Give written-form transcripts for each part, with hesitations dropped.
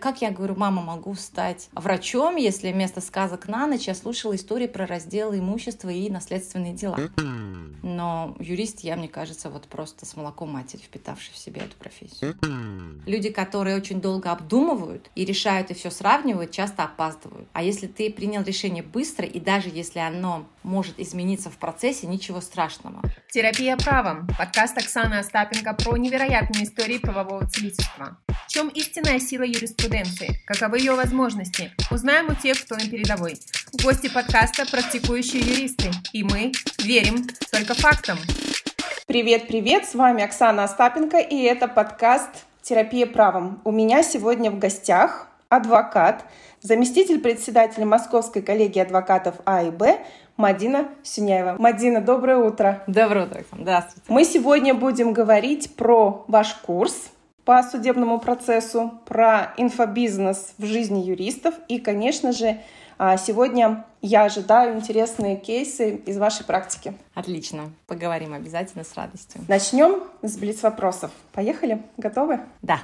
как я говорю, мама, могу стать врачом, если вместо сказок на ночь я слушала истории про разделы имущества и наследственные дела. Но юрист я, мне кажется, вот просто с молоком матери, впитавший в себя эту профессию. Люди, которые очень долго обдумывают и решают и все сравнивают, часто опаздывают. А если ты принял решение быстро, и даже если оно может измениться в процессе, ничего страшного. Терапия правом. Подкаст Оксаны Остапенко про невероятные истории правового целительства. В чем истинная сила юриспруденции? Каковы ее возможности? Узнаем у тех, кто на передовой. Гости подкаста – практикующие юристы. И мы верим только фактам. Привет-привет, с вами Оксана Остапенко, и это подкаст «Терапия правом». У меня сегодня в гостях адвокат, заместитель председателя Московской коллегии адвокатов А и Б Мадина Сюняева. Мадина, доброе утро. Доброе утро, Оксана. Здравствуйте. Мы сегодня будем говорить про ваш курс по судебному процессу, про инфобизнес в жизни юристов. И, конечно же, сегодня я ожидаю интересные кейсы из вашей практики. Отлично. Поговорим обязательно с радостью. Начнем с блиц-вопросов. Поехали? Готовы? Да.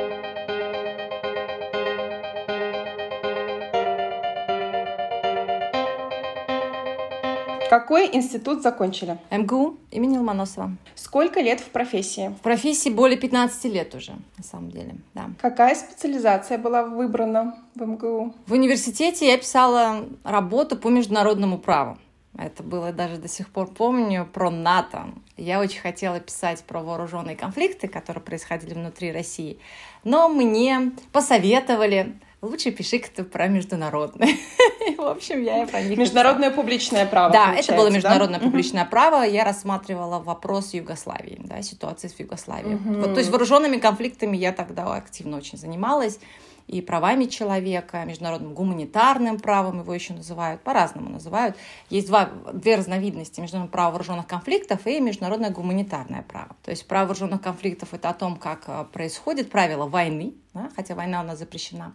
Какой институт закончили? МГУ имени Ломоносова. Сколько лет в профессии? В профессии более 15 лет уже, на самом деле, да. Какая специализация была выбрана в МГУ? В университете я писала работу по международному праву. Это было даже до сих пор помню, про НАТО. Я очень хотела писать про вооруженные конфликты, которые происходили внутри России, но мне посоветовали: лучше пиши-ка ты про международное. В общем, я и про них Международное публичное право. Да, это было международное публичное право. Я рассматривала вопрос Югославии, да, ситуации в Югославии. Вот, то есть вооруженными конфликтами я тогда активно очень занималась. И правами человека, международным гуманитарным правом его еще называют, по-разному называют. Есть две разновидности: международное право вооруженных конфликтов и международное гуманитарное право. То есть право вооруженных конфликтов — это о том, как происходит правила войны, да, хотя война у нас запрещена.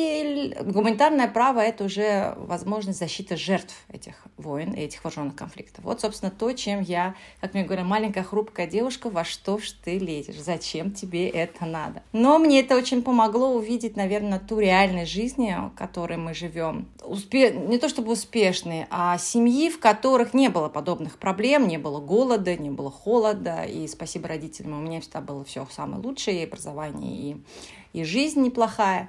И гуманитарное право — это уже возможность защиты жертв этих войн и этих вооруженных конфликтов. Вот, собственно, то, чем я, как мне говорят, маленькая хрупкая девушка, во что ж ты лезешь, зачем тебе это надо. Но мне это очень помогло увидеть, наверное, ту реальность жизни, в которой мы живем. Не то чтобы успешные, а семьи, в которых не было подобных проблем, не было голода, не было холода. И спасибо родителям, у меня всегда было все самое лучшее: и образование, и жизнь неплохая.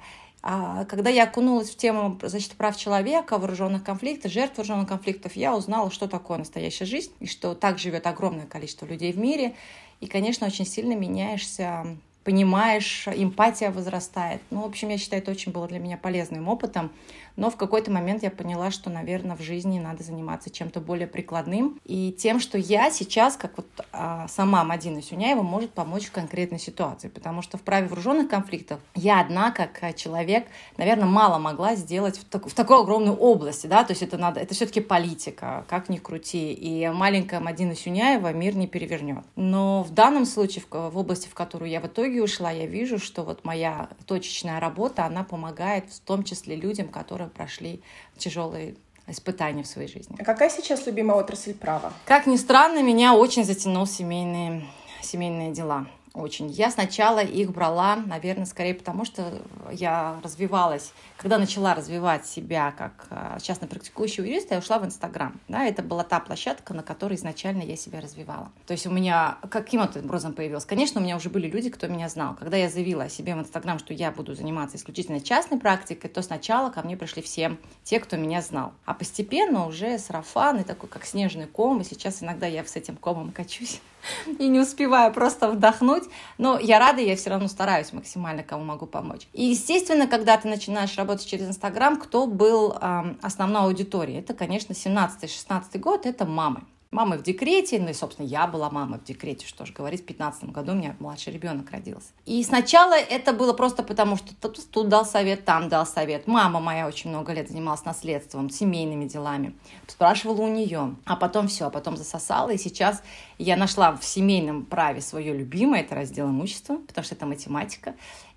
А когда я окунулась в тему защиты прав человека, вооруженных конфликтов, жертв вооруженных конфликтов, я узнала, что такое настоящая жизнь, и что так живет огромное количество людей в мире. И, конечно, очень сильно меняешься, понимаешь, эмпатия возрастает. Ну, в общем, я считаю, это очень было для меня полезным опытом. Но в какой-то момент я поняла, что, наверное, в жизни надо заниматься чем-то более прикладным. И тем, что я сейчас, как вот сама Мадина Сюняева, может помочь в конкретной ситуации. Потому что в праве вооруженных конфликтов я одна, как человек, наверное, мало могла сделать в такой огромной области. Да? То есть это все-таки политика, как ни крути. И маленькая Мадина Сюняева мир не перевернет. Но в данном случае, в области, в которую я в итоге ушла, я вижу, что вот моя точечная работа, она помогает в том числе людям, которые прошли тяжелые испытания в своей жизни. А какая сейчас любимая отрасль права? Как ни странно, меня очень затянул семейные дела. Очень. Я сначала их брала, наверное, скорее потому, что я развивалась. Когда начала развивать себя как частно практикующий юрист, я ушла в Инстаграм. Да, это была та площадка, на которой изначально я себя развивала. То есть у меня каким образом появилось? Конечно, у меня уже были люди, кто меня знал. Когда я заявила о себе в Инстаграм, что я буду заниматься исключительно частной практикой, то сначала ко мне пришли все те, кто меня знал. А постепенно уже сарафан и такой, как снежный ком. И сейчас иногда я с этим комом качусь и не успеваю просто вдохнуть. Но я рада, я все равно стараюсь максимально, кому могу помочь. И, естественно, когда ты начинаешь работать через Инстаграм, кто был основной аудиторией? Это, конечно, 17-16 год, это мамы. Мамы в декрете, ну и, собственно, я была мамой в декрете, что же говорить, в 2015 году у меня младший ребенок родился. И сначала это было просто потому, что тут дал совет, там дал совет. Мама моя очень много лет занималась наследством, семейными делами. Спрашивала у нее, а потом засосала. И сейчас я нашла в семейном праве свое любимое, это раздел имущества, потому что это математика.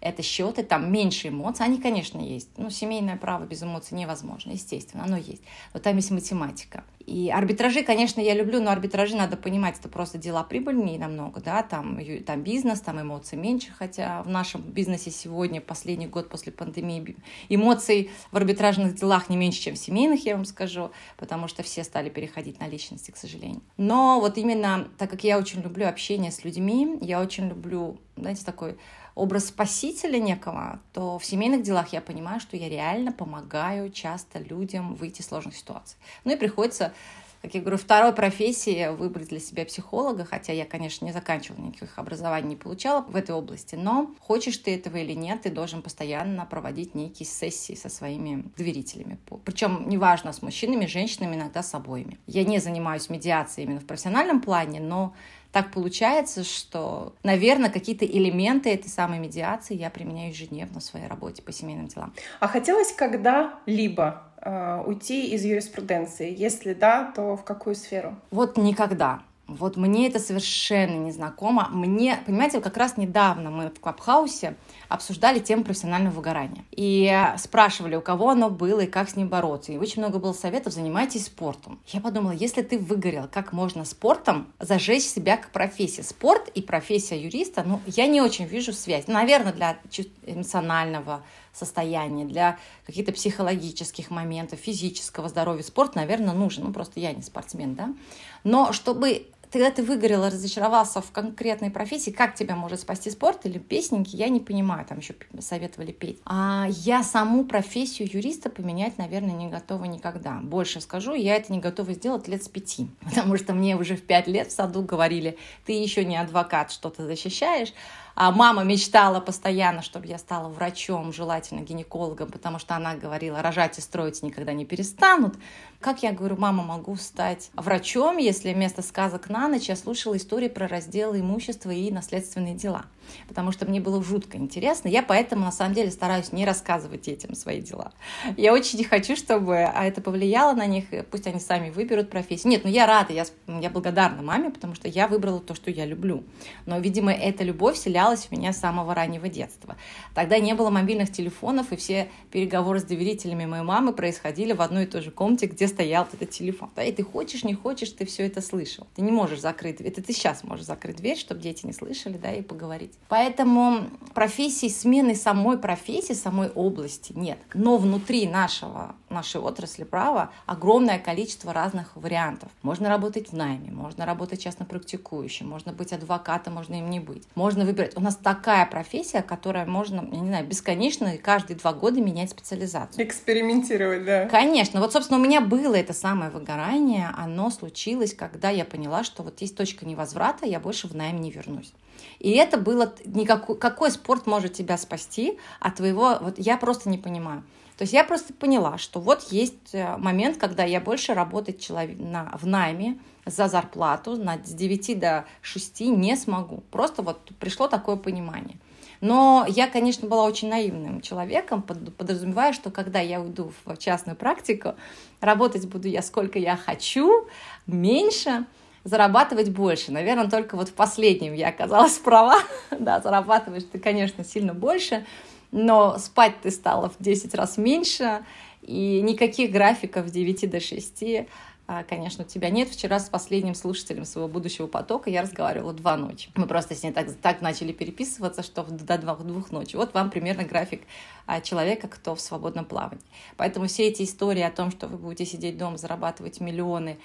это счеты, там меньше эмоций, они, конечно, есть. Ну, семейное право без эмоций невозможно, естественно, оно есть. Но там есть математика. И арбитражи, конечно, я люблю, но арбитражи, надо понимать, это просто дела прибыльнее намного, да, там бизнес, там эмоций меньше, хотя в нашем бизнесе сегодня, последний год после пандемии, эмоций в арбитражных делах не меньше, чем в семейных, я вам скажу, потому что все стали переходить на личности, к сожалению. Но вот именно, так как я очень люблю общение с людьми, я очень люблю, знаете, такой образ спасителя некого, то в семейных делах я понимаю, что я реально помогаю часто людям выйти из сложных ситуаций. Ну и приходится, как я говорю, второй профессии выбрать для себя психолога, хотя я, конечно, не заканчивала никаких образований, не получала в этой области, но хочешь ты этого или нет, ты должен постоянно проводить некие сессии со своими доверителями. Причем неважно, с мужчинами, женщинами, иногда с обоими. Я не занимаюсь медиацией именно в профессиональном плане, но так получается, что, наверное, какие-то элементы этой самой медиации я применяю ежедневно в своей работе по семейным делам. А хотелось когда-либо уйти из юриспруденции? Если да, то в какую сферу? Вот никогда. Вот мне это совершенно не знакомо. Мне, понимаете, как раз недавно мы в Клабхаусе обсуждали тему профессионального выгорания. И спрашивали, у кого оно было и как с ним бороться. И очень много было советов: занимайтесь спортом. Я подумала, если ты выгорел, как можно спортом зажечь себя как профессия? Спорт и профессия юриста, я не очень вижу связь. Наверное, для эмоционального состояния, для каких-то психологических моментов, физического здоровья спорт, наверное, нужен. Просто я не спортсмен, да. Но чтобы когда ты выгорел и разочаровался в конкретной профессии, как тебя может спасти спорт или песенки, я не понимаю, там еще советовали петь. А я саму профессию юриста поменять, наверное, не готова никогда. Больше скажу, я это не готова сделать лет с 5, потому что мне уже в 5 лет в саду говорили: ты еще не адвокат, что ты защищаешь. А мама мечтала постоянно, чтобы я стала врачом, желательно гинекологом, потому что она говорила, рожать и строить никогда не перестанут. Как я говорю, мама, могу стать врачом, если вместо сказок на ночь я слушала истории про разделы имущества и наследственные дела? Потому что мне было жутко интересно. Я поэтому, на самом деле, стараюсь не рассказывать детям свои дела. Я очень не хочу, чтобы это повлияло на них, пусть они сами выберут профессию. Нет, я рада, я благодарна маме, потому что я выбрала то, что я люблю. Но, видимо, эта любовь вселялась в меня с самого раннего детства. Тогда не было мобильных телефонов, и все переговоры с доверителями моей мамы происходили в одной и той же комнате, где стоял этот телефон. Да, и ты хочешь, не хочешь, ты все это слышал. Ты не можешь закрыть дверь. Это ты сейчас можешь закрыть дверь, чтобы дети не слышали, да, и поговорить. Поэтому профессии, смены самой профессии, самой области нет. Но внутри нашей отрасли права огромное количество разных вариантов. Можно работать в найме, можно работать частно практикующим, можно быть адвокатом, можно им не быть. Можно выбирать. У нас такая профессия, которая можно, я не знаю, бесконечно каждые 2 года менять специализацию. Экспериментировать, да. Конечно. Вот, собственно, у меня было это самое выгорание. Оно случилось, когда я поняла, что вот есть точка невозврата, я больше в найм не вернусь. И это было... Какой спорт может тебя спасти от твоего... Вот я просто не понимаю. То есть я просто поняла, что вот есть момент, когда я больше работать в найме за зарплату с 9 до 6 не смогу. Просто вот пришло такое понимание. Но я, конечно, была очень наивным человеком, подразумевая, что когда я уйду в частную практику, работать буду я сколько я хочу, меньше, зарабатывать больше. Наверное, только вот в последнем я оказалась права. Да, зарабатываешь ты, конечно, сильно больше, но спать ты стала в 10 раз меньше, и никаких графиков с 9 до 6, конечно, у тебя нет. Вчера с последним слушателем своего будущего потока я разговаривала 2 ночи. Мы просто с ней так начали переписываться, что до 2 ночи. Вот вам примерно график человека, кто в свободном плавании. Поэтому все эти истории о том, что вы будете сидеть дома, зарабатывать миллионы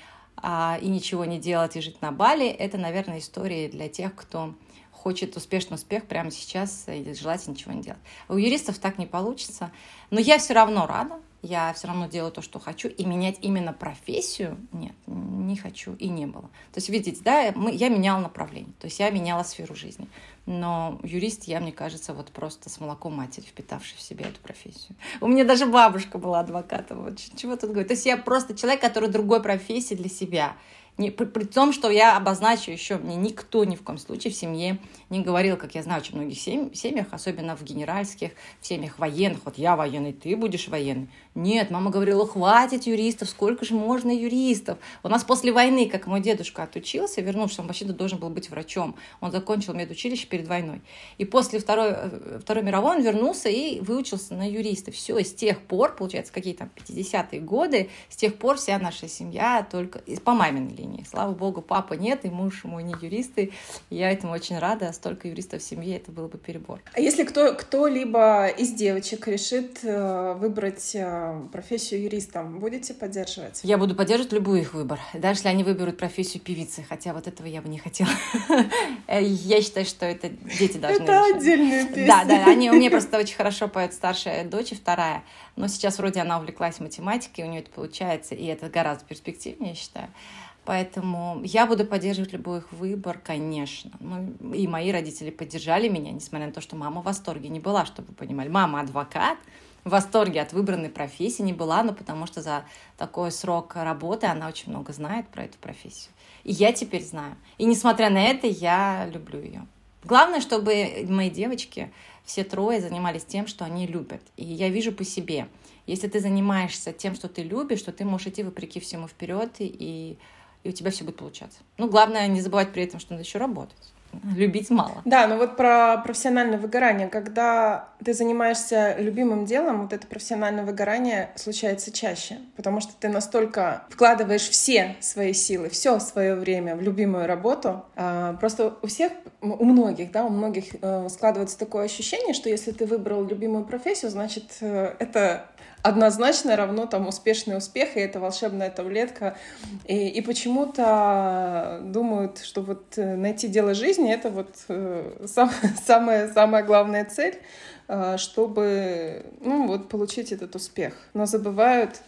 и ничего не делать и жить на Бали, это, наверное, истории для тех, кто хочет успешный успех прямо сейчас и желательно ничего не делать. У юристов так не получится, но я все равно рада, я все равно делаю то, что хочу, и менять именно профессию нет, не хочу и не было. То есть, видите, да, я меняла направление, то есть я меняла сферу жизни, но юрист я, мне кажется, вот просто с молоком матери, впитавший в себя эту профессию. У меня даже бабушка была адвокатом, вот чего тут говорить. То есть я просто человек, который другой профессии для себя При том, что я обозначу еще, мне никто ни в коем случае в семье не говорил, как я знаю, в очень многих семьях, особенно в генеральских, в семьях военных, вот я военный, ты будешь военный. Нет, мама говорила, хватит юристов, сколько же можно юристов. У нас после войны, как мой дедушка отучился, вернувшись, он вообще-то должен был быть врачом. Он закончил медучилище перед войной. И после Второй мировой он вернулся и выучился на юриста. Все, и с тех пор, получается, какие там 50-е годы, с тех пор вся наша семья только по маминой линии. Слава богу, папа нет, и муж мой не юристы. Я этому очень рада. Столько юристов в семье, это было бы перебор. А если кто-либо из девочек решит выбрать профессию юриста, будете поддерживать? Я буду поддерживать любой их выбор, даже если они выберут профессию певицы, хотя вот этого я бы не хотела. Я считаю, что это дети должны решать. Это отдельная песня. Да, они у меня просто очень хорошо поют, старшая дочь и вторая, но сейчас вроде она увлеклась математикой, у нее это получается, и это гораздо перспективнее, я считаю. Поэтому я буду поддерживать любой их выбор, конечно. Ну, и мои родители поддержали меня, несмотря на то, что мама в восторге не была, чтобы вы понимали. Мама адвокат, в восторге от выбранной профессии не была, но потому что за такой срок работы она очень много знает про эту профессию. И я теперь знаю. И несмотря на это, я люблю ее. Главное, чтобы мои девочки, все трое, занимались тем, что они любят. И я вижу по себе. Если ты занимаешься тем, что ты любишь, то ты можешь идти вопреки всему вперед, и у тебя все будет получаться. Ну, главное, не забывать при этом, что надо еще работать. Любить мало. Да, но вот про профессиональное выгорание. Когда ты занимаешься любимым делом, вот это профессиональное выгорание случается чаще, потому что ты настолько вкладываешь все свои силы, все свое время в любимую работу. Просто у многих складывается такое ощущение, что если ты выбрал любимую профессию, значит, это однозначно равно там успешный успех, и это волшебная таблетка. И почему-то думают, что вот найти дело жизни — это вот самая главная цель, чтобы получить этот успех. Но забывают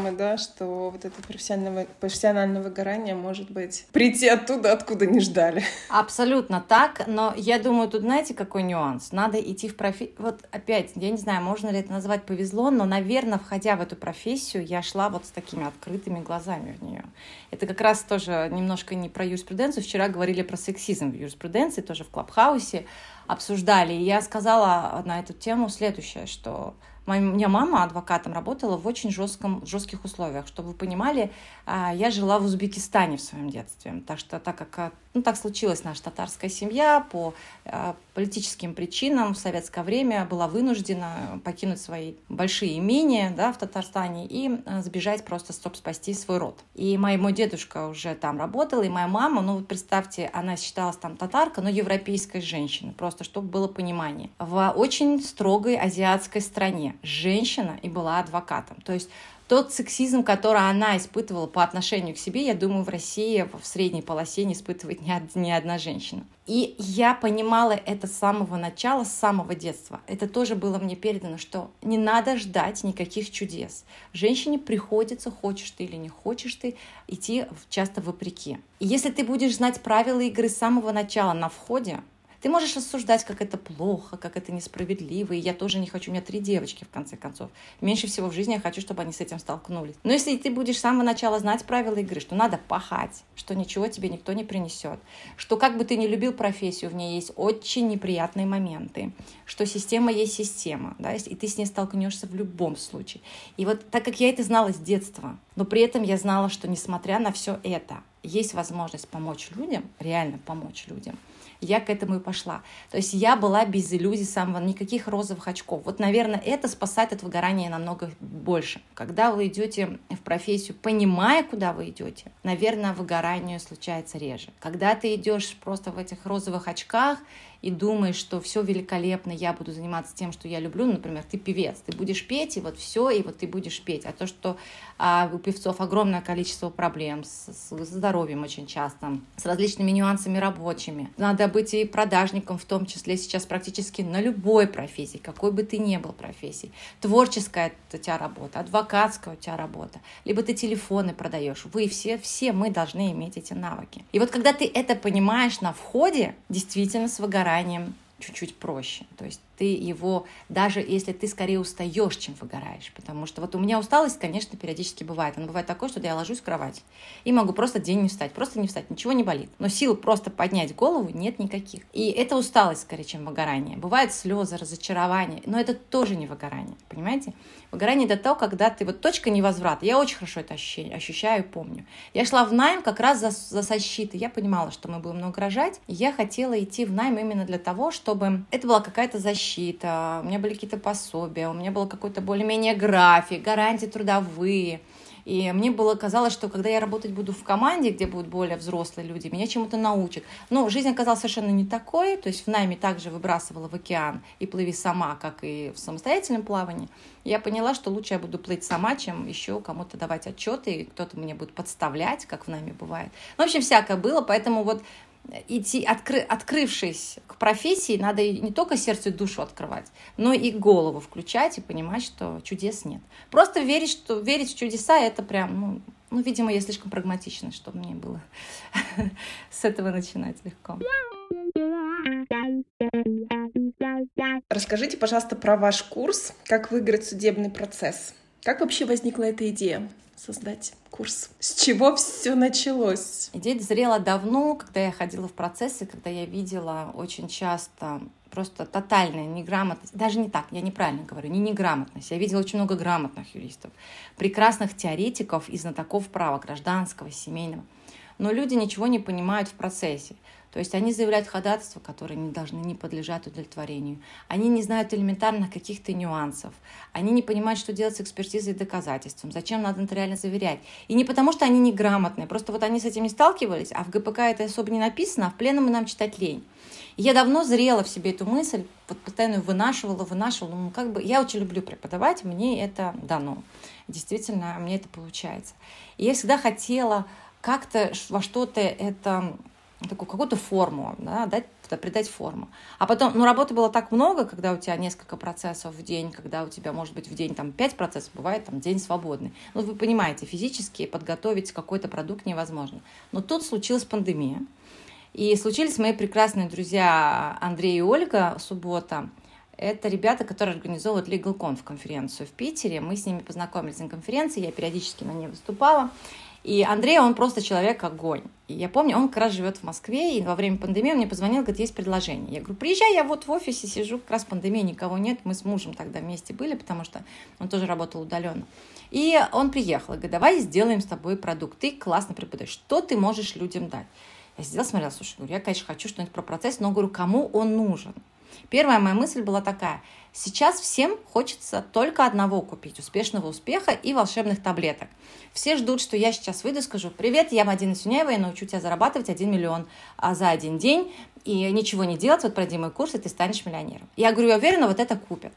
что вот это профессиональное выгорание может быть прийти оттуда, откуда не ждали. Абсолютно так, но я думаю, тут знаете, какой нюанс? Надо идти в профессию. Вот опять, я не знаю, можно ли это назвать повезло, но, наверное, входя в эту профессию, я шла вот с такими открытыми глазами в нее. Это как раз тоже немножко не про юриспруденцию. Вчера говорили про сексизм в юриспруденции, тоже в Клабхаусе обсуждали. И я сказала на эту тему следующее, что у меня мама адвокатом работала в очень жестких условиях. Чтобы вы понимали, я жила в Узбекистане в своем детстве. Так как так случилась наша татарская семья, по политическим причинам в советское время была вынуждена покинуть свои большие имения, в Татарстане и сбежать просто, чтобы спасти свой род. И мой дедушка уже там работал, и моя мама, представьте, она считалась там татарка, но европейской женщиной, просто чтобы было понимание. В очень строгой азиатской стране женщина и была адвокатом. То есть тот сексизм, который она испытывала по отношению к себе, я думаю, в России в средней полосе не испытывает ни одна женщина. И я понимала это с самого начала, с самого детства. Это тоже было мне передано, что не надо ждать никаких чудес. Женщине приходится, хочешь ты или не хочешь ты, идти часто вопреки. И если ты будешь знать правила игры с самого начала на входе, ты можешь рассуждать, как это плохо, как это несправедливо, и я тоже не хочу, у меня 3 девочки, в конце концов. Меньше всего в жизни я хочу, чтобы они с этим столкнулись. Но если ты будешь с самого начала знать правила игры, что надо пахать, что ничего тебе никто не принесет, что как бы ты ни любил профессию, в ней есть очень неприятные моменты, что система есть система, и ты с ней столкнешься в любом случае. И вот так как я это знала с детства, но при этом я знала, что несмотря на все это, есть возможность помочь людям, реально помочь людям, я к этому и пошла. То есть я была без иллюзий никаких розовых очков. Вот, наверное, это спасает от выгорания намного больше. Когда вы идете в профессию, понимая, куда вы идете, наверное, выгорание случается реже. Когда ты идешь просто в этих розовых очках и думаешь, что все великолепно, я буду заниматься тем, что я люблю, например, ты певец, ты будешь петь, и вот все, и вот ты будешь петь. А то, что у певцов огромное количество проблем с здоровьем очень часто, с различными нюансами рабочими. Надо быть и продажником, в том числе сейчас практически на любой профессии, какой бы ты ни был профессией. Творческая у тебя работа, адвокатская у тебя работа, либо ты телефоны продаешь. Вы все мы должны иметь эти навыки. И вот когда ты это понимаешь на входе, действительно с выгоранием чуть-чуть проще. То есть ты его, даже если ты скорее устаешь, чем выгораешь. Потому что вот у меня усталость, конечно, периодически бывает. Она бывает такой, что я ложусь в кровать и могу просто день не встать. Просто не встать, ничего не болит. Но сил просто поднять голову нет никаких. И это усталость скорее, чем выгорание. Бывают слезы, разочарование, но это тоже не выгорание, понимаете? Выгорание — это то, когда ты... Вот точка невозврата. Я очень хорошо это ощущаю и помню. Я шла в найм как раз за защитой. Я понимала, что мы будем много рожать. И я хотела идти в найм именно для того, чтобы это была какая-то защита, у меня были какие-то пособия, у меня был какой-то более-менее график, гарантии трудовые. И мне казалось, что когда я работать буду в команде, где будут более взрослые люди, меня чему-то научат. Но жизнь оказалась совершенно не такой. То есть в найме также выбрасывала в океан и плыви сама, как и в самостоятельном плавании. И я поняла, что лучше я буду плыть сама, чем еще кому-то давать отчеты, и кто-то мне будет подставлять, как в найме бывает. В общем, всякое было, поэтому вот идти, открывшись к профессии, надо не только сердце и душу открывать, но и голову включать и понимать, что чудес нет. Просто верить в чудеса, это прям, видимо, я слишком прагматична, чтобы мне было с этого начинать легко. Расскажите, пожалуйста, про ваш курс «Как выиграть судебный процесс». Как вообще возникла эта идея создать курс? С чего все началось? Идея зрела давно, когда я ходила в процессы, когда я видела очень часто просто тотальная неграмотность. Даже не так, я неправильно говорю, не неграмотность. Я видела очень много грамотных юристов, прекрасных теоретиков и знатоков права, гражданского, семейного. Но люди ничего не понимают в процессе. То есть они заявляют ходатайства, которые не подлежат удовлетворению. Они не знают элементарных каких-то нюансов. Они не понимают, что делать с экспертизой и доказательством, зачем надо нотариально заверять. И не потому, что они неграмотные, просто вот они с этим не сталкивались, а в ГПК это особо не написано, а в пленуме нам читать лень. И я давно зрела в себе эту мысль, вот постоянно вынашивала. Я очень люблю преподавать, мне это дано. Действительно, мне это получается. И я всегда хотела как-то во что-то это... какую-то форму, да, придать форму. А потом, работы было так много, когда у тебя несколько процессов в день, когда у тебя, может быть, в день 5 процессов, бывает день свободный. Вы понимаете, физически подготовить какой-то продукт невозможно. Но тут случилась пандемия, и случились мои прекрасные друзья Андрей и Ольга Суббота. Это ребята, которые организовывают LegalConf конференцию в Питере. Мы с ними познакомились на конференции, я периодически на ней выступала. И Андрей, он просто человек-огонь. И я помню, он как раз живет в Москве, и во время пандемии он мне позвонил, говорит, есть предложение. Я говорю, приезжай, я вот в офисе сижу, как раз пандемия, никого нет. Мы с мужем тогда вместе были, потому что он тоже работал удаленно. И он приехал и говорит, давай сделаем с тобой продукт. Ты классно преподаешь. Что ты можешь людям дать? Я сидела, смотрела, слушай, говорю, я, конечно, хочу что-нибудь про процесс, но говорю, кому он нужен? Первая моя мысль была такая. Сейчас всем хочется только одного купить – успешного успеха и волшебных таблеток. Все ждут, что я сейчас выйду и скажу: «Привет, я Мадина Сюняева, я научу тебя зарабатывать 1 миллион за один день и ничего не делать, вот пройди мой курс, и ты станешь миллионером». Я говорю, я уверена, вот это купят.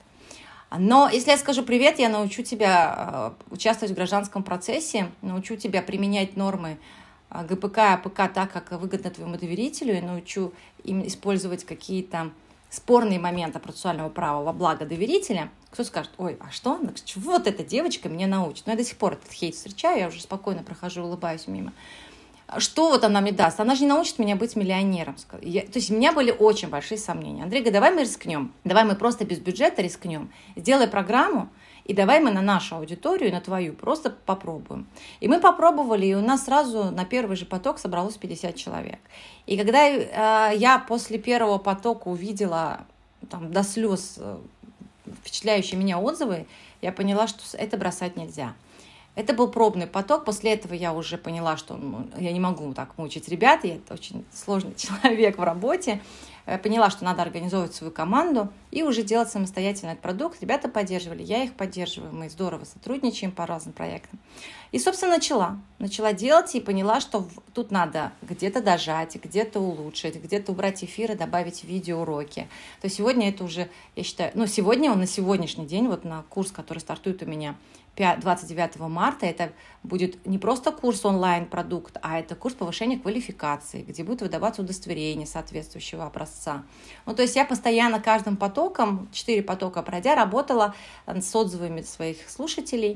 Но если я скажу: «Привет, я научу тебя участвовать в гражданском процессе, научу тебя применять нормы ГПК и АПК так, как выгодно твоему доверителю, и научу им использовать какие-то спорные моменты процессуального права во благо доверителя», кто скажет: «Ой, а что? Чего вот эта девочка меня научит?» Но я до сих пор этот хейт встречаю, я уже спокойно прохожу, улыбаюсь мимо. Что вот она мне даст? Она же не научит меня быть миллионером. То есть у меня были очень большие сомнения. Андрей говорит: давай мы рискнем, давай мы просто без бюджета рискнем, сделай программу, и давай мы на нашу аудиторию, на твою, просто попробуем. И мы попробовали, и у нас сразу на первый же поток собралось 50 человек. И когда я после первого потока увидела до слез впечатляющие меня отзывы, я поняла, что это бросать нельзя. Это был пробный поток. После этого я уже поняла, что я не могу так мучить ребят. Я очень сложный человек в работе. Я поняла, что надо организовывать свою команду и уже делать самостоятельно этот продукт. Ребята поддерживали, я их поддерживаю. Мы здорово сотрудничаем по разным проектам. И, собственно, начала делать и поняла, что тут надо где-то дожать, где-то улучшить, где-то убрать эфиры, добавить видеоуроки. То есть сегодня это уже, я считаю, сегодня на сегодняшний день, вот на курс, который стартует у меня 29 марта, это будет не просто курс онлайн-продукт, а это курс повышения квалификации, где будет выдаваться удостоверение соответствующего образца. То есть я постоянно каждым потоком, 4 потока пройдя, работала с отзывами своих слушателей.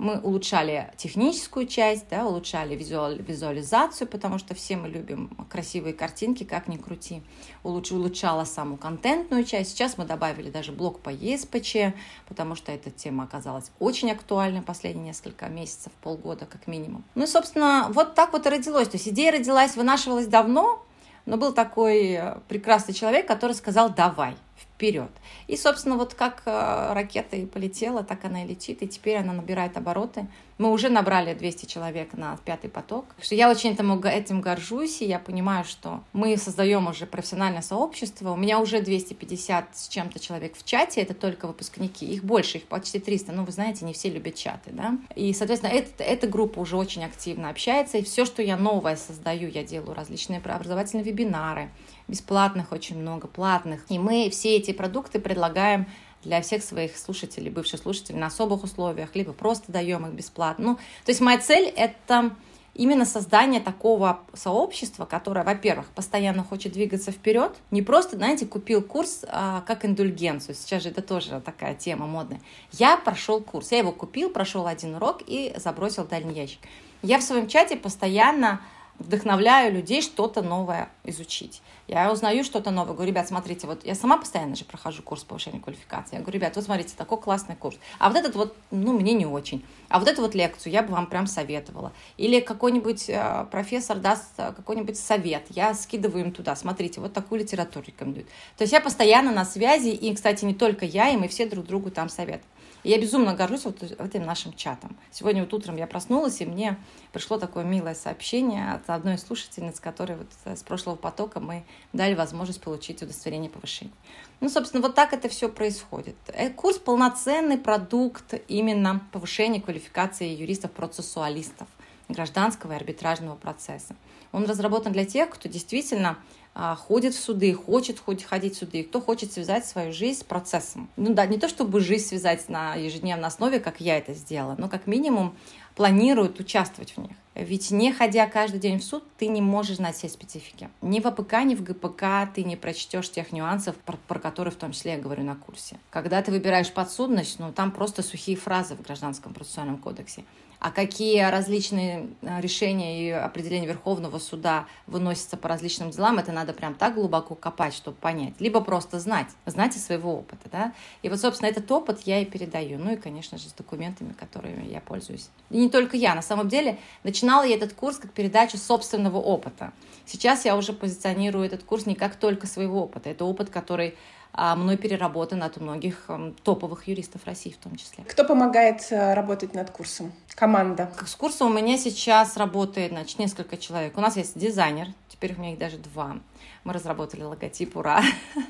Мы улучшали техническую часть, да, улучшали визуализацию, потому что все мы любим красивые картинки, как ни крути. Улучшала саму контентную часть. Сейчас мы добавили даже блок по ЕСПЧ, потому что эта тема оказалась очень актуальной последние несколько месяцев, полгода как минимум. Ну и, собственно, вот так вот и родилось. То есть идея родилась, вынашивалась давно, но был такой прекрасный человек, который сказал «давай». Вперед. И, собственно, вот как ракета и полетела, так она и летит, и теперь она набирает обороты. Мы уже набрали 200 человек на 5-й поток. Я очень этим горжусь, и я понимаю, что мы создаем уже профессиональное сообщество. У меня уже 250 с чем-то человек в чате, это только выпускники. Их больше, их почти 300. Ну, вы знаете, не все любят чаты, да. И, соответственно, эта группа уже очень активно общается, и все, что я новое создаю, я делаю различные образовательные вебинары, бесплатных очень много, платных. И мы все эти продукты предлагаем для всех своих слушателей, бывших слушателей на особых условиях, либо просто даем их бесплатно. Ну, то есть моя цель – это именно создание такого сообщества, которое, во-первых, постоянно хочет двигаться вперед, не просто, знаете, купил курс как индульгенцию, сейчас же это тоже такая тема модная. Я прошел курс, я его купил, прошел один урок и забросил в дальний ящик. Я в своем чате постоянно вдохновляю людей что-то новое изучить. Я узнаю что-то новое. Говорю, ребят, смотрите, вот я сама постоянно же прохожу курс повышения квалификации. Я говорю, ребят, вот смотрите, такой классный курс. А вот этот вот, ну, мне не очень. А вот эту вот лекцию я бы вам прям советовала. Или какой-нибудь профессор даст какой-нибудь совет. Я скидываю им туда. Смотрите, вот такую литературу рекомендуют. То есть я постоянно на связи. И, кстати, не только я, и мы все друг другу там советуем. И я безумно горжусь вот этим нашим чатом. Сегодня вот утром я проснулась, и мне пришло такое милое сообщение от одной из слушательниц, которой вот с прошлого потока мы дали возможность получить удостоверение повышения. Ну, собственно, вот так это все происходит. Курс – полноценный продукт именно повышения квалификации юристов-процессуалистов гражданского и арбитражного процесса. Он разработан для тех, кто действительно ходит в суды, хочет ходить в суды, кто хочет связать свою жизнь с процессом. Ну да, не то чтобы жизнь связать на ежедневной основе, как я это сделала, но как минимум планируют участвовать в них. Ведь не ходя каждый день в суд, ты не можешь знать все специфики. Ни в АПК, ни в ГПК ты не прочтешь тех нюансов, про которые в том числе я говорю на курсе. Когда ты выбираешь подсудность, ну там просто сухие фразы в Гражданском процессуальном кодексе. А какие различные решения и определения Верховного суда выносятся по различным делам, это надо прям так глубоко копать, чтобы понять. Либо просто знать из своего опыта. Да? И вот, собственно, этот опыт я и передаю. Ну и, конечно же, с документами, которыми я пользуюсь. И не только я. На самом деле, начинала я этот курс как передачу собственного опыта. Сейчас я уже позиционирую этот курс не как только своего опыта. Это опыт, который мной переработан от многих топовых юристов России в том числе. Кто помогает работать над курсом? Команда. С курсом у меня сейчас работает, несколько человек. У нас есть дизайнер, теперь у меня их даже 2. Мы разработали логотип, ура!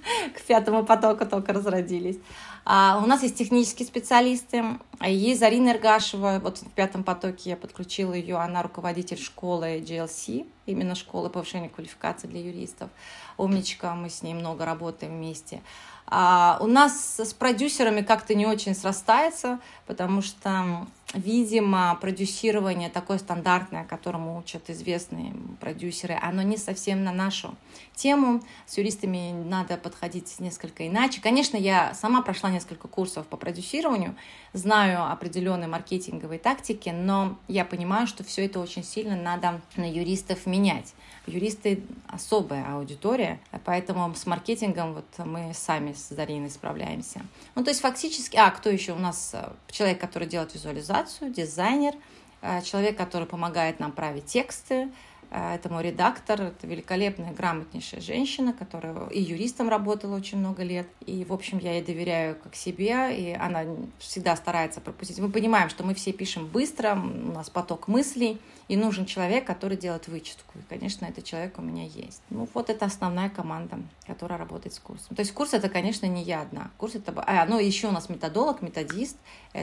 К 5-му потоку только разродились. У нас есть технические специалисты. Есть Зарина Эргашева. Вот в 5-м потоке я подключила ее. Она руководитель школы GLC, именно школы повышения квалификации для юристов. Умничка, мы с ней много работаем вместе. У нас с продюсерами как-то не очень срастается, потому что, видимо, продюсирование такое стандартное, которому учат известные продюсеры, оно не совсем на нашу тему. С юристами надо подходить несколько иначе. Конечно, я сама прошла несколько курсов по продюсированию, знаю определенные маркетинговые тактики, но я понимаю, что все это очень сильно надо на юристов менять. Юристы особая аудитория, поэтому с маркетингом вот мы сами с Зариной справляемся. Ну, то есть фактически, кто еще у нас? Человек, который делает визуализацию, дизайнер, человек, который помогает нам править тексты, это мой редактор, это великолепная, грамотнейшая женщина, которая и юристом работала очень много лет. И, в общем, я ей доверяю как себе, и она всегда старается пропустить. Мы понимаем, что мы все пишем быстро, у нас поток мыслей, и нужен человек, который делает вычетку. И, конечно, этот человек у меня есть. Ну, вот это основная команда, которая работает с курсом. То есть курс — это, конечно, не я одна. Курс — это... еще у нас методолог, методист.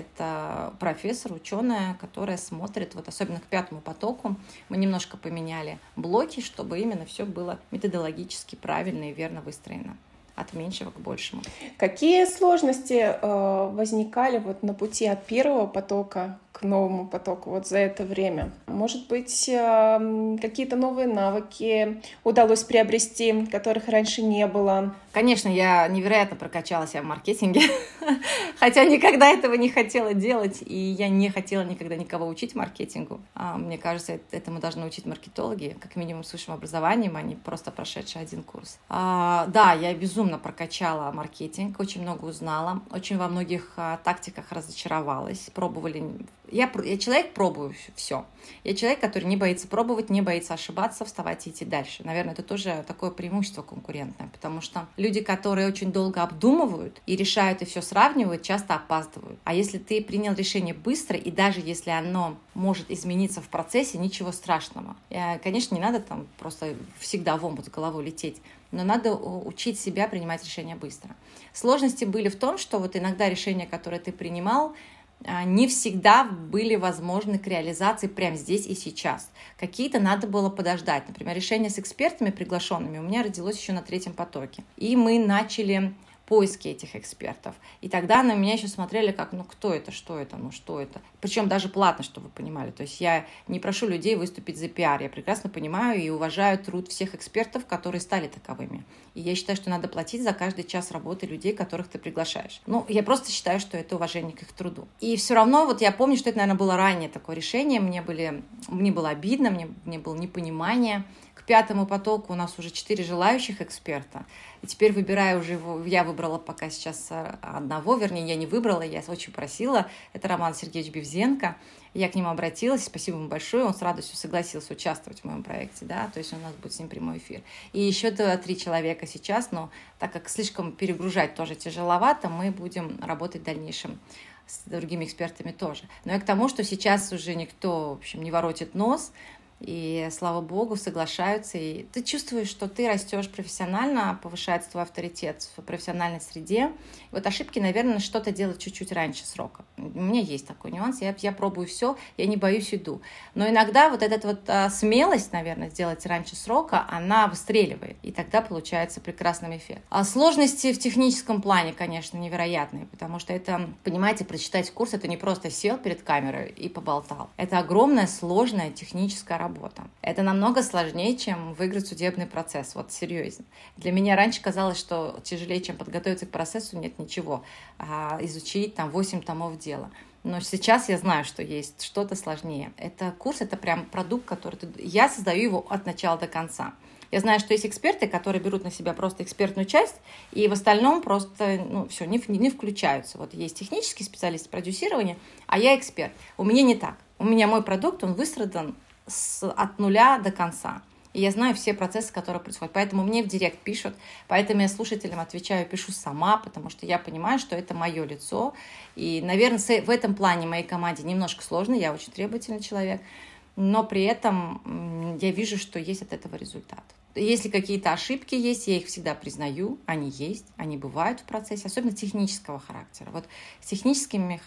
Это профессор, ученая, которая смотрит, вот особенно к 5-му потоку. Мы немножко поменяли блоки, чтобы именно все было методологически правильно и верно выстроено. от меньшего к большему. Какие сложности возникали вот на пути от первого потока к новому потоку вот за это время? Может быть, какие-то новые навыки удалось приобрести, которых раньше не было? Конечно, я невероятно прокачала себя в маркетинге, хотя никогда этого не хотела делать, и я не хотела никогда никого учить маркетингу. Мне кажется, этому должны учить маркетологи, как минимум с высшим образованием, а не просто прошедшие один курс. Да, я безумно прокачала маркетинг, очень много узнала, очень во многих тактиках разочаровалась, Я человек, пробую все. Я человек, который не боится пробовать, не боится ошибаться, вставать и идти дальше. Наверное, это тоже такое преимущество конкурентное, потому что люди, которые очень долго обдумывают и решают и все сравнивают, часто опаздывают. А если ты принял решение быстро, и даже если оно может измениться в процессе, ничего страшного. Конечно, не надо там просто всегда в омут с головой лететь, но надо учить себя принимать решения быстро. Сложности были в том, что вот иногда решения, которые ты принимал, не всегда были возможны к реализации прямо здесь и сейчас. Какие-то надо было подождать. Например, решение с экспертами приглашенными у меня родилось еще на 3-м потоке. И мы начали поиски этих экспертов. И тогда на меня еще смотрели как, кто это, что это, что это. Причем даже платно, чтобы вы понимали. То есть я не прошу людей выступить за пиар. Я прекрасно понимаю и уважаю труд всех экспертов, которые стали таковыми. И я считаю, что надо платить за каждый час работы людей, которых ты приглашаешь. Я просто считаю, что это уважение к их труду. И все равно вот я помню, что это, наверное, было ранее такое решение. Мне было обидно, мне было непонимание. К 5-му потоку у нас уже 4 желающих эксперта. И теперь выбираю уже его, я выбрала пока сейчас одного, вернее, я не выбрала, я очень просила. Это Роман Сергеевич Бевзенко. Я к нему обратилась, спасибо ему большое, он с радостью согласился участвовать в моем проекте, да, то есть у нас будет с ним прямой эфир. И еще 3 человека сейчас, но так как слишком перегружать тоже тяжеловато, мы будем работать в дальнейшем с другими экспертами тоже. Но и к тому, что сейчас уже никто, в общем, не воротит нос, и, слава богу, соглашаются. И ты чувствуешь, что ты растешь профессионально, повышается твой авторитет в профессиональной среде. И вот ошибки, наверное, что-то делать чуть-чуть раньше срока. У меня есть такой нюанс. Я пробую все, я не боюсь, иду. Но иногда вот эта смелость, наверное, сделать раньше срока, она выстреливает. И тогда получается прекрасный эффект. А сложности в техническом плане, конечно, невероятные. Потому что это, понимаете, прочитать курс, это не просто сел перед камерой и поболтал. Это огромная, сложная техническая работа. Это намного сложнее, чем выиграть судебный процесс. Вот серьезно. Для меня раньше казалось, что тяжелее, чем подготовиться к процессу, нет ничего. Изучить 8 томов дела. Но сейчас я знаю, что есть что-то сложнее. Это курс, это прям продукт, который я создаю его от начала до конца. Я знаю, что есть эксперты, которые берут на себя просто экспертную часть, и в остальном просто все, не включаются. Вот есть технический специалист продюсирования, а я эксперт. У меня не так. У меня мой продукт, он выстрадан от нуля до конца. И я знаю все процессы, которые происходят. Поэтому мне в директ пишут, поэтому я слушателям отвечаю, пишу сама, потому что я понимаю, что это мое лицо. И, наверное, в этом плане моей команде немножко сложно, я очень требовательный человек, но при этом я вижу, что есть от этого результат. Если какие-то ошибки есть, я их всегда признаю, они есть, они бывают в процессе, особенно технического характера. Вот с техническими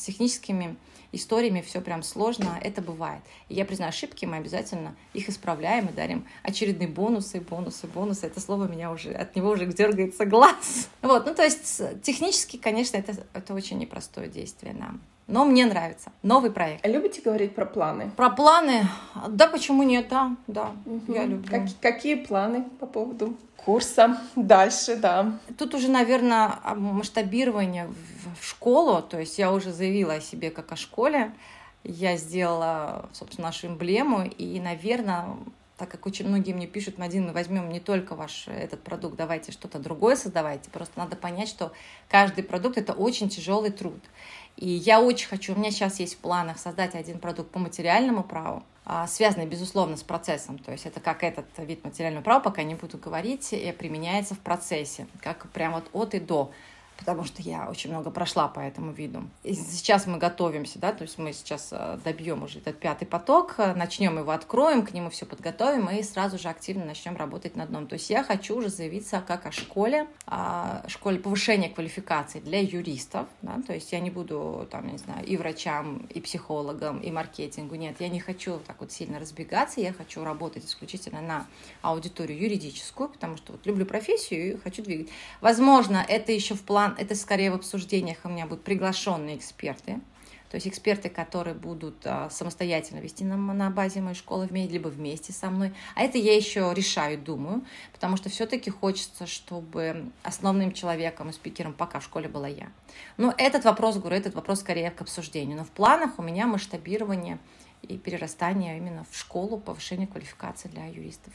историями все прям сложно, это бывает. И я признаю ошибки, мы обязательно их исправляем и дарим очередные бонусы. Это слово от него уже дергается глаз. То есть технически, конечно, это очень непростое действие нам. Но мне нравится. Новый проект. Любите говорить про планы? Про планы? Да, почему нет? Да, я люблю. Какие планы по поводу курса дальше, да? Тут уже, наверное, масштабирование в школу. То есть я уже заявила о себе как о школе. Я сделала, собственно, нашу эмблему. И, наверное, так как очень многие мне пишут, Надин, мы возьмем не только ваш этот продукт, давайте что-то другое создавайте. Просто надо понять, что каждый продукт – это очень тяжелый труд. И я очень хочу, у меня сейчас есть в планах создать один продукт по материальному праву, связанный, безусловно, с процессом. То есть это как этот вид материального права, пока не буду говорить, применяется в процессе, как прям от и до. потому что я очень много прошла по этому виду. И сейчас мы готовимся, да, то есть мы сейчас добьем уже этот 5-й поток, начнем его, откроем, к нему все подготовим и сразу же активно начнем работать над новым. То есть я хочу уже заявиться как о школе повышения квалификации для юристов, да, то есть я не буду, там, не знаю, и врачам, и психологам, и маркетингу, нет, я не хочу так вот сильно разбегаться, я хочу работать исключительно на аудиторию юридическую, потому что вот люблю профессию и хочу двигать. Возможно, это еще в план, это скорее в обсуждениях у меня будут приглашенные эксперты, то есть эксперты, которые будут самостоятельно вести на базе моей школы, либо вместе со мной. А это я еще решаю, думаю, потому что все-таки хочется, чтобы основным человеком и спикером пока в школе была я. Но этот вопрос скорее к обсуждению. Но в планах у меня масштабирование и перерастание именно в школу, повышение квалификации для юристов.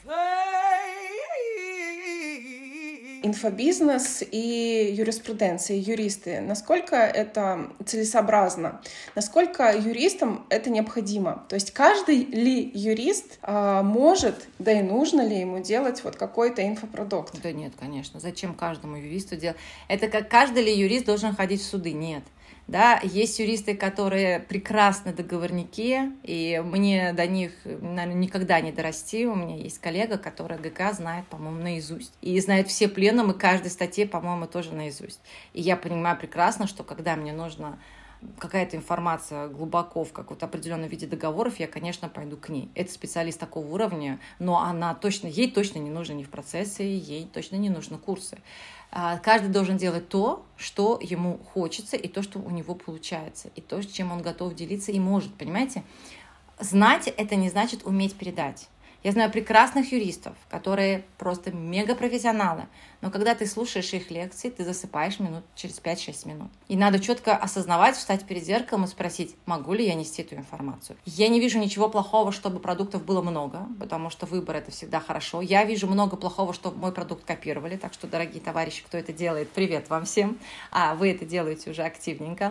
Инфобизнес и юриспруденция, юристы. Насколько это целесообразно? Насколько юристам это необходимо? То есть каждый ли юрист может, да и нужно ли ему делать вот какой-то инфопродукт? Да нет, конечно. Зачем каждому юристу делать? Это как каждый ли юрист должен ходить в суды? Нет. Да, есть юристы, которые прекрасны договорники, и мне до них, наверное, никогда не дорасти. У меня есть коллега, которая ГК знает, по-моему, наизусть. И знает все пленумы каждой статьи, по-моему, тоже наизусть. И я понимаю прекрасно, что когда мне нужна какая-то информация глубоко в каком-то определенном виде договоров, я, конечно, пойду к ней. Это специалист такого уровня, но ей точно не нужно ни в процессе, ей точно не нужны курсы. Каждый должен делать то, что ему хочется, и то, что у него получается, и то, с чем он готов делиться и может, понимаете? Знать — это не значит уметь передать. Я знаю прекрасных юристов, которые просто мегапрофессионалы, но когда ты слушаешь их лекции, ты засыпаешь через 5-6 минут. И надо четко осознавать, встать перед зеркалом и спросить, могу ли я нести эту информацию. Я не вижу ничего плохого, чтобы продуктов было много, потому что выбор — это всегда хорошо. Я вижу много плохого, чтобы мой продукт копировали, так что, дорогие товарищи, кто это делает, привет вам всем. Вы это делаете уже активненько.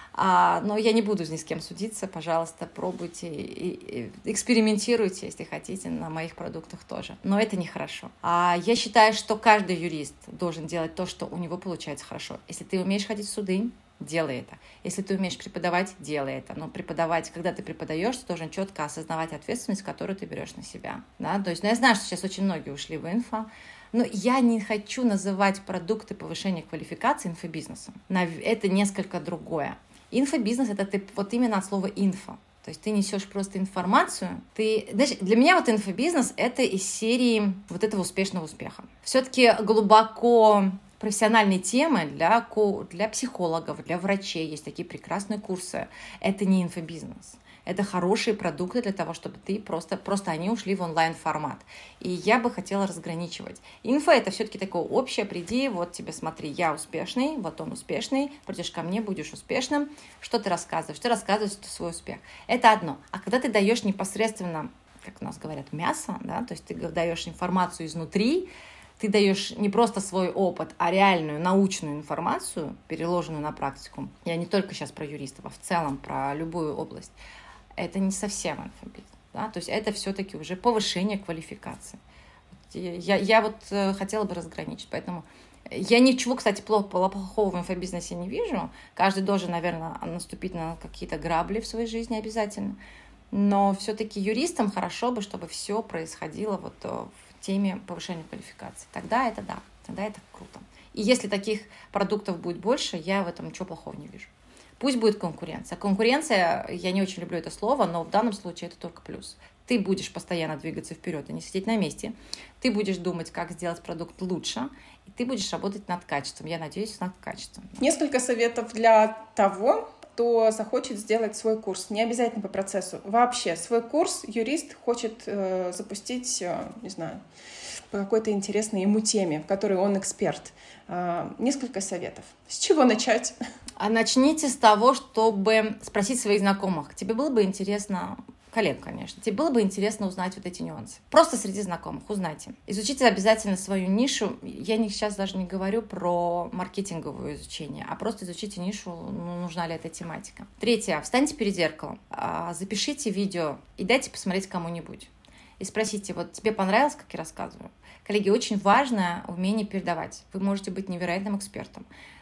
Но я не буду ни с кем судиться, пожалуйста, пробуйте и экспериментируйте, если хотите, на моих продуктах тоже. Но это нехорошо. Я считаю, что каждый юрист должен делать то, что у него получается хорошо. Если ты умеешь ходить в суды, делай это. Если ты умеешь преподавать, делай это. Но преподавать, когда ты преподаешь, ты должен четко осознавать ответственность, которую ты берешь на себя. Да? То есть, я знаю, что сейчас очень многие ушли в инфо, но я не хочу называть продукты повышения квалификации инфобизнесом. Это несколько другое. Инфобизнес — это ты вот именно от слова «инфо». То есть ты несешь просто информацию. Знаешь, для меня вот инфобизнес — это из серии вот этого успешного успеха. Все-таки глубоко профессиональные темы для психологов, для врачей. Есть такие прекрасные курсы. Это не инфобизнес. Это хорошие продукты для того, чтобы ты просто они ушли в онлайн-формат. И я бы хотела разграничивать. Инфо — это все-таки такое общее, приди, вот тебе смотри, я успешный, вот он успешный, придешь ко мне, будешь успешным. Что ты рассказываешь? Ты рассказываешь свой успех. Это одно. А когда ты даешь непосредственно, как у нас говорят, мясо, да, то есть ты даешь информацию изнутри, ты даешь не просто свой опыт, а реальную научную информацию, переложенную на практику. Я не только сейчас про юристов, а в целом про любую область. Это не совсем инфобизнес. Да? То есть это все-таки уже повышение квалификации. Я вот хотела бы разграничить. Поэтому я ничего, кстати, плохого в инфобизнесе не вижу. Каждый должен, наверное, наступить на какие-то грабли в своей жизни обязательно. Но все-таки юристам хорошо бы, чтобы все происходило вот в теме повышения квалификации. Тогда это да, тогда это круто. И если таких продуктов будет больше, я в этом ничего плохого не вижу. Пусть будет конкуренция. Конкуренция, я не очень люблю это слово, но в данном случае это только плюс. Ты будешь постоянно двигаться вперед, а не сидеть на месте. Ты будешь думать, как сделать продукт лучше, и ты будешь работать над качеством. Я надеюсь, над качеством. Несколько советов для того, кто захочет сделать свой курс. Не обязательно по процессу. Вообще, свой курс юрист хочет запустить, не знаю, по какой-то интересной ему теме, в которой он эксперт. Несколько советов. С чего начать? Начните с того, чтобы спросить своих знакомых. Тебе было бы интересно, коллег, конечно, тебе было бы интересно узнать вот эти нюансы. Просто среди знакомых узнайте. Изучите обязательно свою нишу. Я сейчас даже не говорю про маркетинговое изучение, а просто изучите нишу, нужна ли эта тематика. Третье. Встаньте перед зеркалом, запишите видео и дайте посмотреть кому-нибудь. И спросите, вот тебе понравилось, как я рассказываю? Коллеги, очень важно умение передавать. Вы можете быть невероятным экспертом,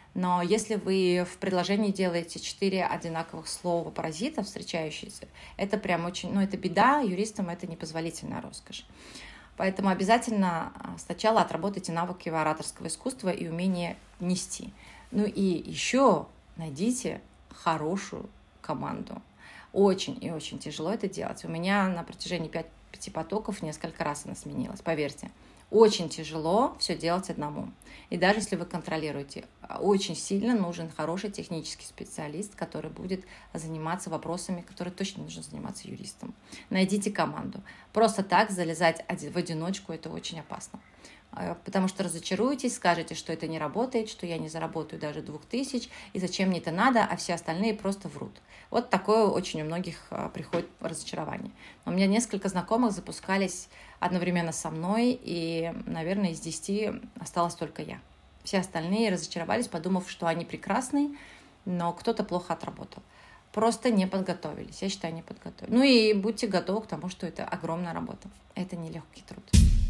Но если вы в предложении делаете 4 одинаковых слова паразитов, встречающиеся, это прям очень, это беда, юристам это непозволительная роскошь. Поэтому обязательно сначала отработайте навыки ораторского искусства и умение нести. И еще найдите хорошую команду. Очень и очень тяжело это делать. У меня на протяжении 5 потоков несколько раз она сменилась, поверьте. Очень тяжело все делать одному. И даже если вы контролируете, очень сильно нужен хороший технический специалист, который будет заниматься вопросами, которые точно нужно заниматься юристом. Найдите команду. Просто так залезать в одиночку – это очень опасно. Потому что разочаруетесь, скажете, что это не работает, что я не заработаю даже 2000, и зачем мне это надо, а все остальные просто врут. Вот такое очень у многих приходит разочарование. Но у меня несколько знакомых запускались одновременно со мной, и, наверное, из 10 осталась только я. Все остальные разочаровались, подумав, что они прекрасные, но кто-то плохо отработал. Просто не подготовились. Я считаю, не подготовились. И будьте готовы к тому, что это огромная работа. Это нелегкий труд.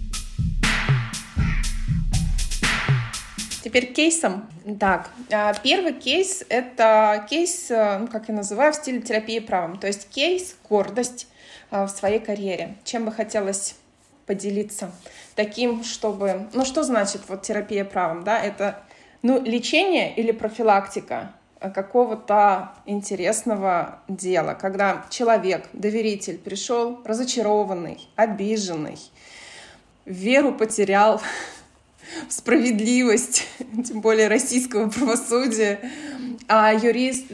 Теперь кейсом. Так, первый кейс – это кейс, как я называю, в стиле терапии правом. То есть кейс, гордость в своей карьере. Чем бы хотелось поделиться таким, чтобы... что значит терапия правом? Да? Это лечение или профилактика какого-то интересного дела, когда человек, доверитель, пришел разочарованный, обиженный, веру потерял в справедливость, тем более российского правосудия, а юрист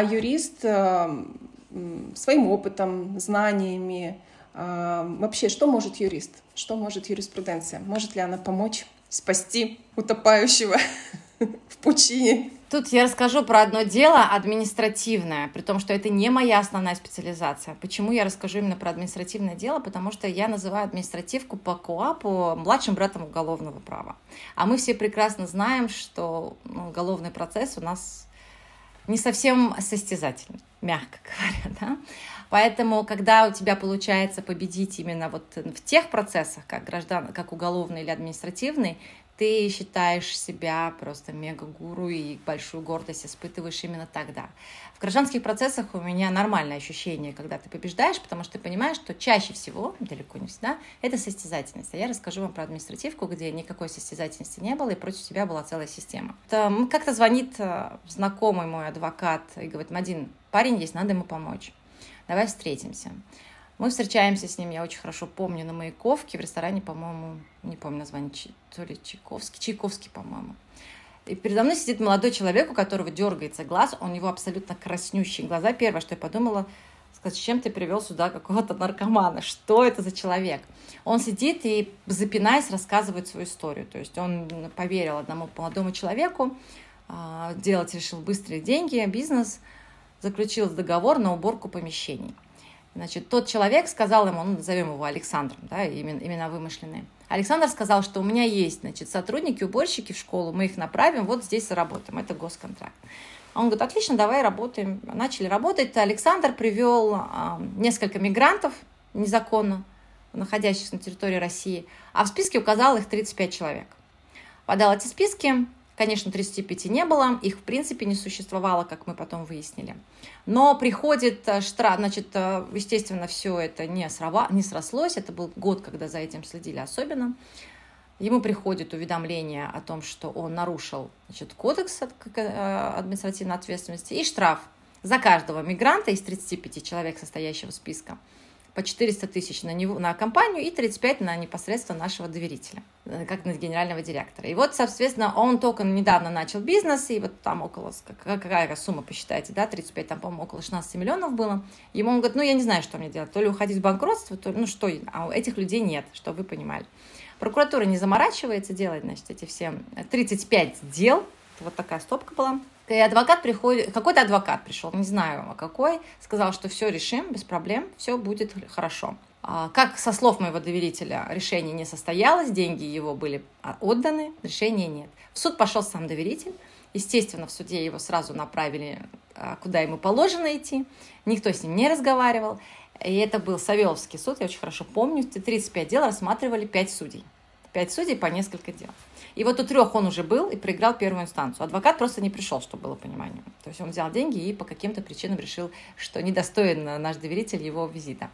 своим опытом, знаниями. Вообще, что может юрист? Что может юриспруденция? Может ли она помочь спасти утопающего в пучине? Тут я расскажу про одно дело административное, при том, что это не моя основная специализация. Почему я расскажу именно про административное дело? Потому что я называю административку по КоАПу младшим братом уголовного права. А мы все прекрасно знаем, что уголовный процесс у нас не совсем состязательный, мягко говоря, да? Поэтому, когда у тебя получается победить именно в тех процессах, как уголовный или административный, ты считаешь себя просто мега-гуру и большую гордость испытываешь именно тогда. В гражданских процессах у меня нормальное ощущение, когда ты побеждаешь, потому что ты понимаешь, что чаще всего, далеко не всегда, это состязательность. А я расскажу вам про административку, где никакой состязательности не было, и против тебя была целая система. Как-то звонит знакомый мой адвокат и говорит: один парень есть, надо ему помочь. Давай встретимся. Мы встречаемся с ним, я очень хорошо помню, на Маяковке, в ресторане, по-моему, не помню название, то ли Чайковский, по-моему. И передо мной сидит молодой человек, у которого дергается глаз, у него абсолютно краснющие глаза. Первое, что я подумала, зачем ты привел сюда какого-то наркомана? Что это за человек? Он сидит и, запинаясь, рассказывает свою историю. То есть он поверил одному молодому человеку, делать решил быстрые деньги, бизнес, заключил договор на уборку помещений. Значит, тот человек сказал ему, назовем его Александром, да, имена вымышленные. Александр сказал, что у меня есть, сотрудники, уборщики в школу, мы их направим, вот здесь заработаем, это госконтракт. Он говорит: отлично, давай работаем. Начали работать. Александр привел несколько мигрантов незаконно находящихся на территории России, а в списке указал их 35 человек. Подал эти списки. Конечно, 35 не было, их в принципе не существовало, как мы потом выяснили. Но приходит штраф, естественно, все это не срослось, это был год, когда за этим следили особенно. Ему приходит уведомление о том, что он нарушил кодекс административной ответственности и штраф за каждого мигранта из 35 человек, состоящего списка, по 400 тысяч на компанию и 35 на непосредственно нашего доверителя, как на генерального директора. И соответственно, он только недавно начал бизнес, и там около, какая сумма, посчитайте, да, 35, там, по-моему, около 16 миллионов было. Ему он говорит: я не знаю, что мне делать, то ли уходить в банкротство, то ли, а у этих людей нет, чтобы вы понимали. Прокуратура не заморачивается, делает, эти все 35 дел, вот такая стопка была. И какой-то адвокат пришел, не знаю какой, сказал, что все решим, без проблем, все будет хорошо. Как со слов моего доверителя, решение не состоялось, деньги его были отданы, решения нет. В суд пошел сам доверитель, естественно, в суде его сразу направили, куда ему положено идти, никто с ним не разговаривал. И это был Савеловский суд, я очень хорошо помню, 35 дел рассматривали 5 судей. 5 судей по несколько дел. И вот у 3 он уже был и проиграл первую инстанцию. Адвокат просто не пришел, чтобы было понимание. То есть он взял деньги и по каким-то причинам решил, что недостоин наш доверитель его визита.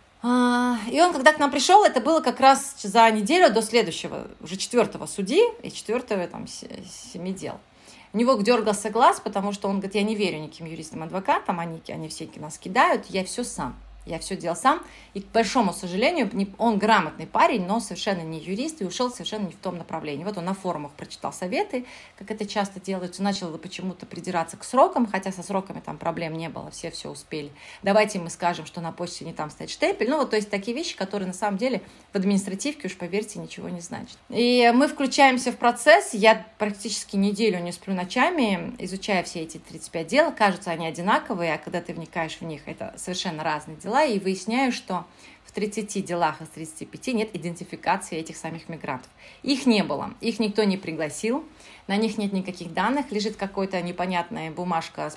И он, когда к нам пришел, это было как раз за неделю до следующего, уже 4-го судьи и 4-го, там, 7 дел. У него дергался глаз, потому что он говорит, я не верю никаким юристам-адвокатам, они все нас кидают, я все сам. Я все делал сам, и, к большому сожалению, он грамотный парень, но совершенно не юрист, и ушел совершенно не в том направлении. Вот он на форумах прочитал советы, как это часто делается, начал почему-то придираться к срокам, хотя со сроками там проблем не было, все успели. Давайте мы скажем, что на почте не там стоит штемпель. Ну вот, то есть такие вещи, которые на самом деле в административке, уж поверьте, ничего не значат. И мы включаемся в процесс, я практически неделю не сплю ночами, изучая все эти 35 дел, кажутся они одинаковые, а когда ты вникаешь в них, это совершенно разные дела, и выясняю, что в 30 делах из 35 нет идентификации этих самих мигрантов. Их не было, их никто не пригласил, на них нет никаких данных, лежит какая-то непонятная бумажка,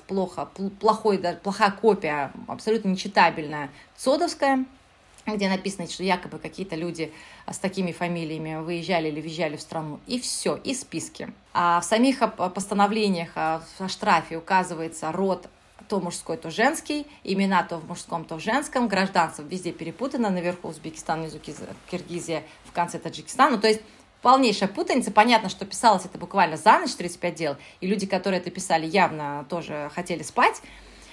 плохая копия, абсолютно нечитабельная, цодовская, где написано, что якобы какие-то люди с такими фамилиями выезжали или въезжали в страну, и все, и списки. А в самих постановлениях о штрафе указывается род, то мужской, то женский, имена то в мужском, то в женском, гражданство везде перепутано, наверху Узбекистан, внизу Киргизия, в конце Таджикистан. Ну, то есть полнейшая путаница. Понятно, что писалось это буквально за ночь, 35 дел, и люди, которые это писали, явно тоже хотели спать.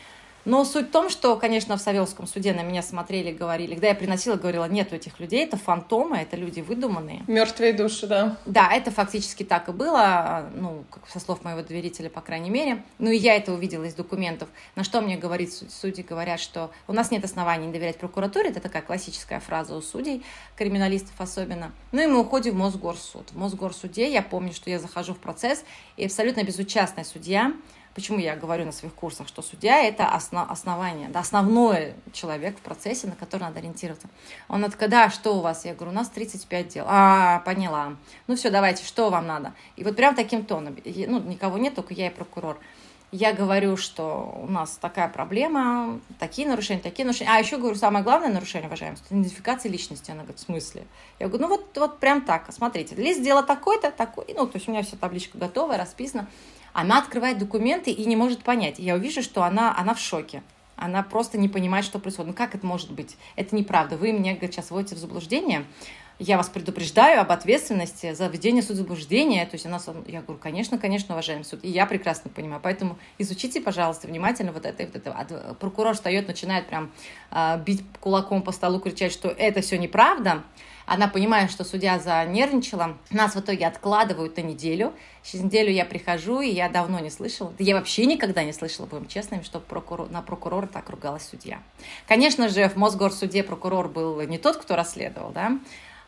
Но суть в том, что, конечно, в Савеловском суде на меня смотрели, говорили, когда я приносила, говорила, нет этих людей, это фантомы, это люди выдуманные. Мертвые души, да. Да, это фактически так и было, ну, как со слов моего доверителя, по крайней мере. Ну, и я это увидела из документов. На что мне говорит судьи, говорят, что у нас нет оснований не доверять прокуратуре, это такая классическая фраза у судей, криминалистов особенно. Ну, и мы уходим в Мосгорсуд. В Мосгорсуде я помню, что я захожу в процесс, и абсолютно безучастный судья. Почему я говорю на своих курсах, что судья – это основание, да, основной человек в процессе, на который надо ориентироваться. Он говорит, да, что у вас? Я говорю, у нас 35 дел. Поняла. Ну все, давайте, что вам надо? И вот прям таким тоном, ну, никого нет, только я и прокурор. Я говорю, что у нас такая проблема, такие нарушения. А еще говорю, самое главное нарушение, уважаемые, идентификация личности. Она говорит, в смысле? Я говорю, ну вот прям так, смотрите, лист дела такой-то, такой. Ну, то есть у меня вся табличка готовая, расписана. Она открывает документы и не может понять. Я увижу, что она в шоке. Она просто не понимает, что происходит. Ну, как это может быть? Это неправда. Вы меня, говорит, сейчас вводите в заблуждение. Я вас предупреждаю об ответственности за введение в суд заблуждения. То есть я говорю, конечно, уважаемый суд. И я прекрасно понимаю. Поэтому изучите, пожалуйста, внимательно вот это. Прокурор встает, начинает прям бить кулаком по столу, кричать, что это все неправда. Она понимает, что судья занервничала. Нас в итоге откладывают на неделю. Через неделю я прихожу, и я давно не слышала. Я вообще никогда не слышала, будем честными, что на прокурора так ругалась судья. Конечно же, в Мосгорсуде прокурор был не тот, кто расследовал, да,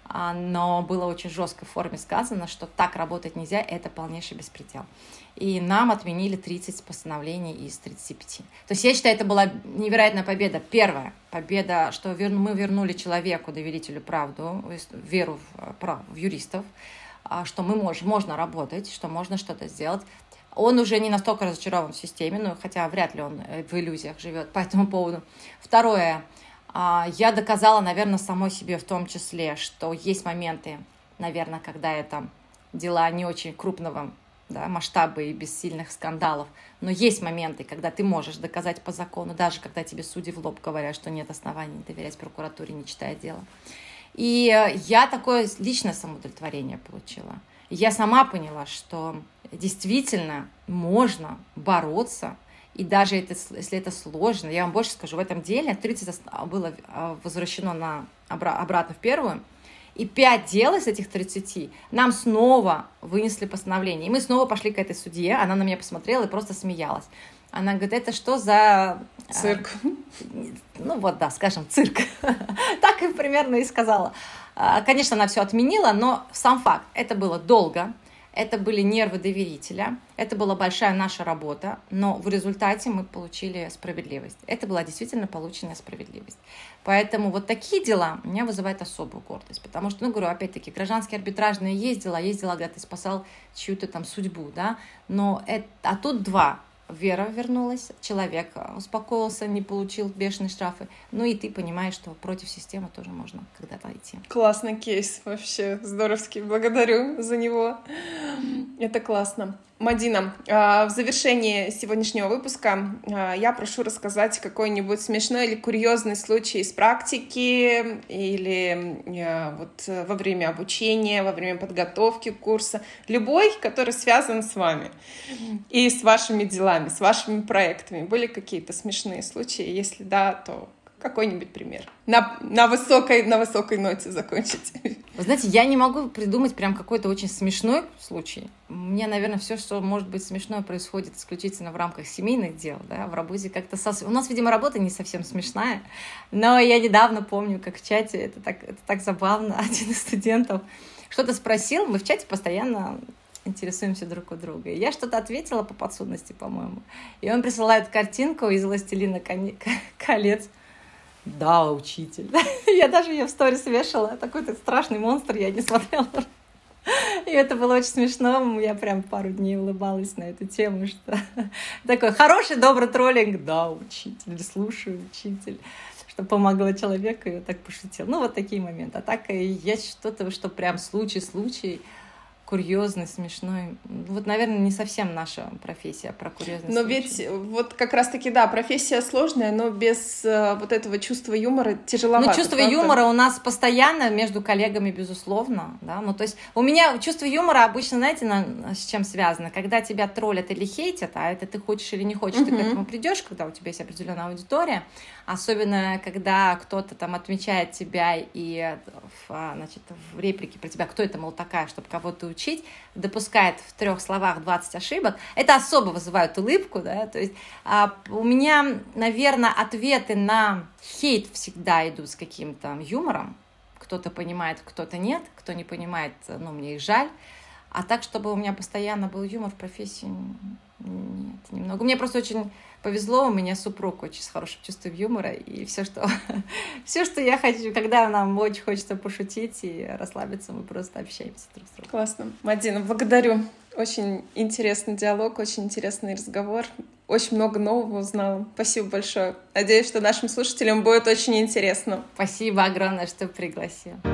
но было очень жестко в форме сказано, что так работать нельзя, это полнейший беспредел. И нам отменили 30 постановлений из 35. То есть я считаю, это была невероятная победа. Первая победа, что мы вернули человеку, доверителю, правду, веру в юристов, что можно работать, что можно что-то сделать. Он уже не настолько разочарован в системе, ну, хотя вряд ли он в иллюзиях живет по этому поводу. Второе. Я доказала, наверное, самой себе в том числе, что есть моменты, наверное, когда это дела не очень крупного, да, масштаба и без сильных скандалов, но есть моменты, когда ты можешь доказать по закону, даже когда тебе судьи в лоб говорят, что нет оснований доверять прокуратуре, не читая дело. И я такое личное самоудовлетворение получила. Я сама поняла, что действительно можно бороться. И даже если это сложно, я вам больше скажу, в этом деле 30 было возвращено обратно в первую, и 5 дел из этих 30 нам снова вынесли постановление. И мы снова пошли к этой судье, она на меня посмотрела и просто смеялась. Она говорит, это что за... Цирк. Ну вот, да, скажем, цирк. Так и примерно и сказала. Конечно, она все отменила, но сам факт, это было долго. Это были нервы доверителя, это была большая наша работа, но в результате мы получили справедливость. Это была действительно полученная справедливость. Поэтому вот такие дела меня вызывают особую гордость, потому что, ну, говорю, опять-таки, гражданские арбитражные есть дела, когда ты спасал чью-то там судьбу, да, но а тут 2. вера вернулась, человек успокоился, не получил бешеные штрафы. Ну и ты понимаешь, что против системы тоже можно когда-то идти. Классный кейс, вообще здоровский. Благодарю за него. Это классно. Мадина, в завершении сегодняшнего выпуска я прошу рассказать какой-нибудь смешной или курьезный случай из практики или вот во время обучения, во время подготовки курса, любой, который связан с вами и с вашими делами, с вашими проектами. Были какие-то смешные случаи? Если да, то какой-нибудь пример. На высокой ноте закончить. Вы знаете, я не могу придумать прям какой-то очень смешной случай. У меня, наверное, все, что может быть смешное, происходит исключительно в рамках семейных дел. Да? В работе как-то... У нас, видимо, работа не совсем смешная, но я недавно помню, как в чате, это так забавно, один из студентов что-то спросил, мы в чате постоянно интересуемся друг у друга. И я что-то ответила по подсудности, по-моему. И он присылает картинку из «Властелина колец». Да, учитель. Я даже ее в сторис вешала. Такой-то страшный монстр, я не смотрела. И это было очень смешно. Я прям пару дней улыбалась на эту тему, что такой хороший, добрый троллинг. Да, учитель, слушаю, учитель. Что помогло человеку, и вот так пошутил. Ну, вот такие моменты. А так есть что-то, что прям случай, курьезный, смешной. Вот, наверное, не совсем наша профессия про курьезный но случай. Ведь вот как раз-таки, да, профессия сложная, но без вот этого чувства юмора тяжеловато. Ну, чувство юмора у нас постоянно между коллегами, безусловно, да. Ну, то есть у меня чувство юмора обычно, знаете, с чем связано? Когда тебя троллят или хейтят, а это ты хочешь или не хочешь, ты к этому придешь, когда у тебя есть определенная аудитория, особенно когда кто-то там отмечает тебя и, значит, в реплике про тебя, кто это, мол, такая, чтобы кого-то учить, допускает в 3 словах 20 ошибок, это особо вызывает улыбку, да, то есть у меня, наверное, ответы на хейт всегда идут с каким-то юмором, кто-то понимает, кто-то нет, кто не понимает, ну, мне их жаль, а так, чтобы у меня постоянно был юмор в профессии, нет, немного. Мне просто очень повезло, у меня супруг очень с хорошим чувством юмора, и все, что я хочу, когда нам очень хочется пошутить и расслабиться, мы просто общаемся друг с другом. Классно. Мадина, благодарю. Очень интересный диалог, очень интересный разговор. Очень много нового узнала. Спасибо большое. Надеюсь, что нашим слушателям будет очень интересно. Спасибо огромное, что пригласил.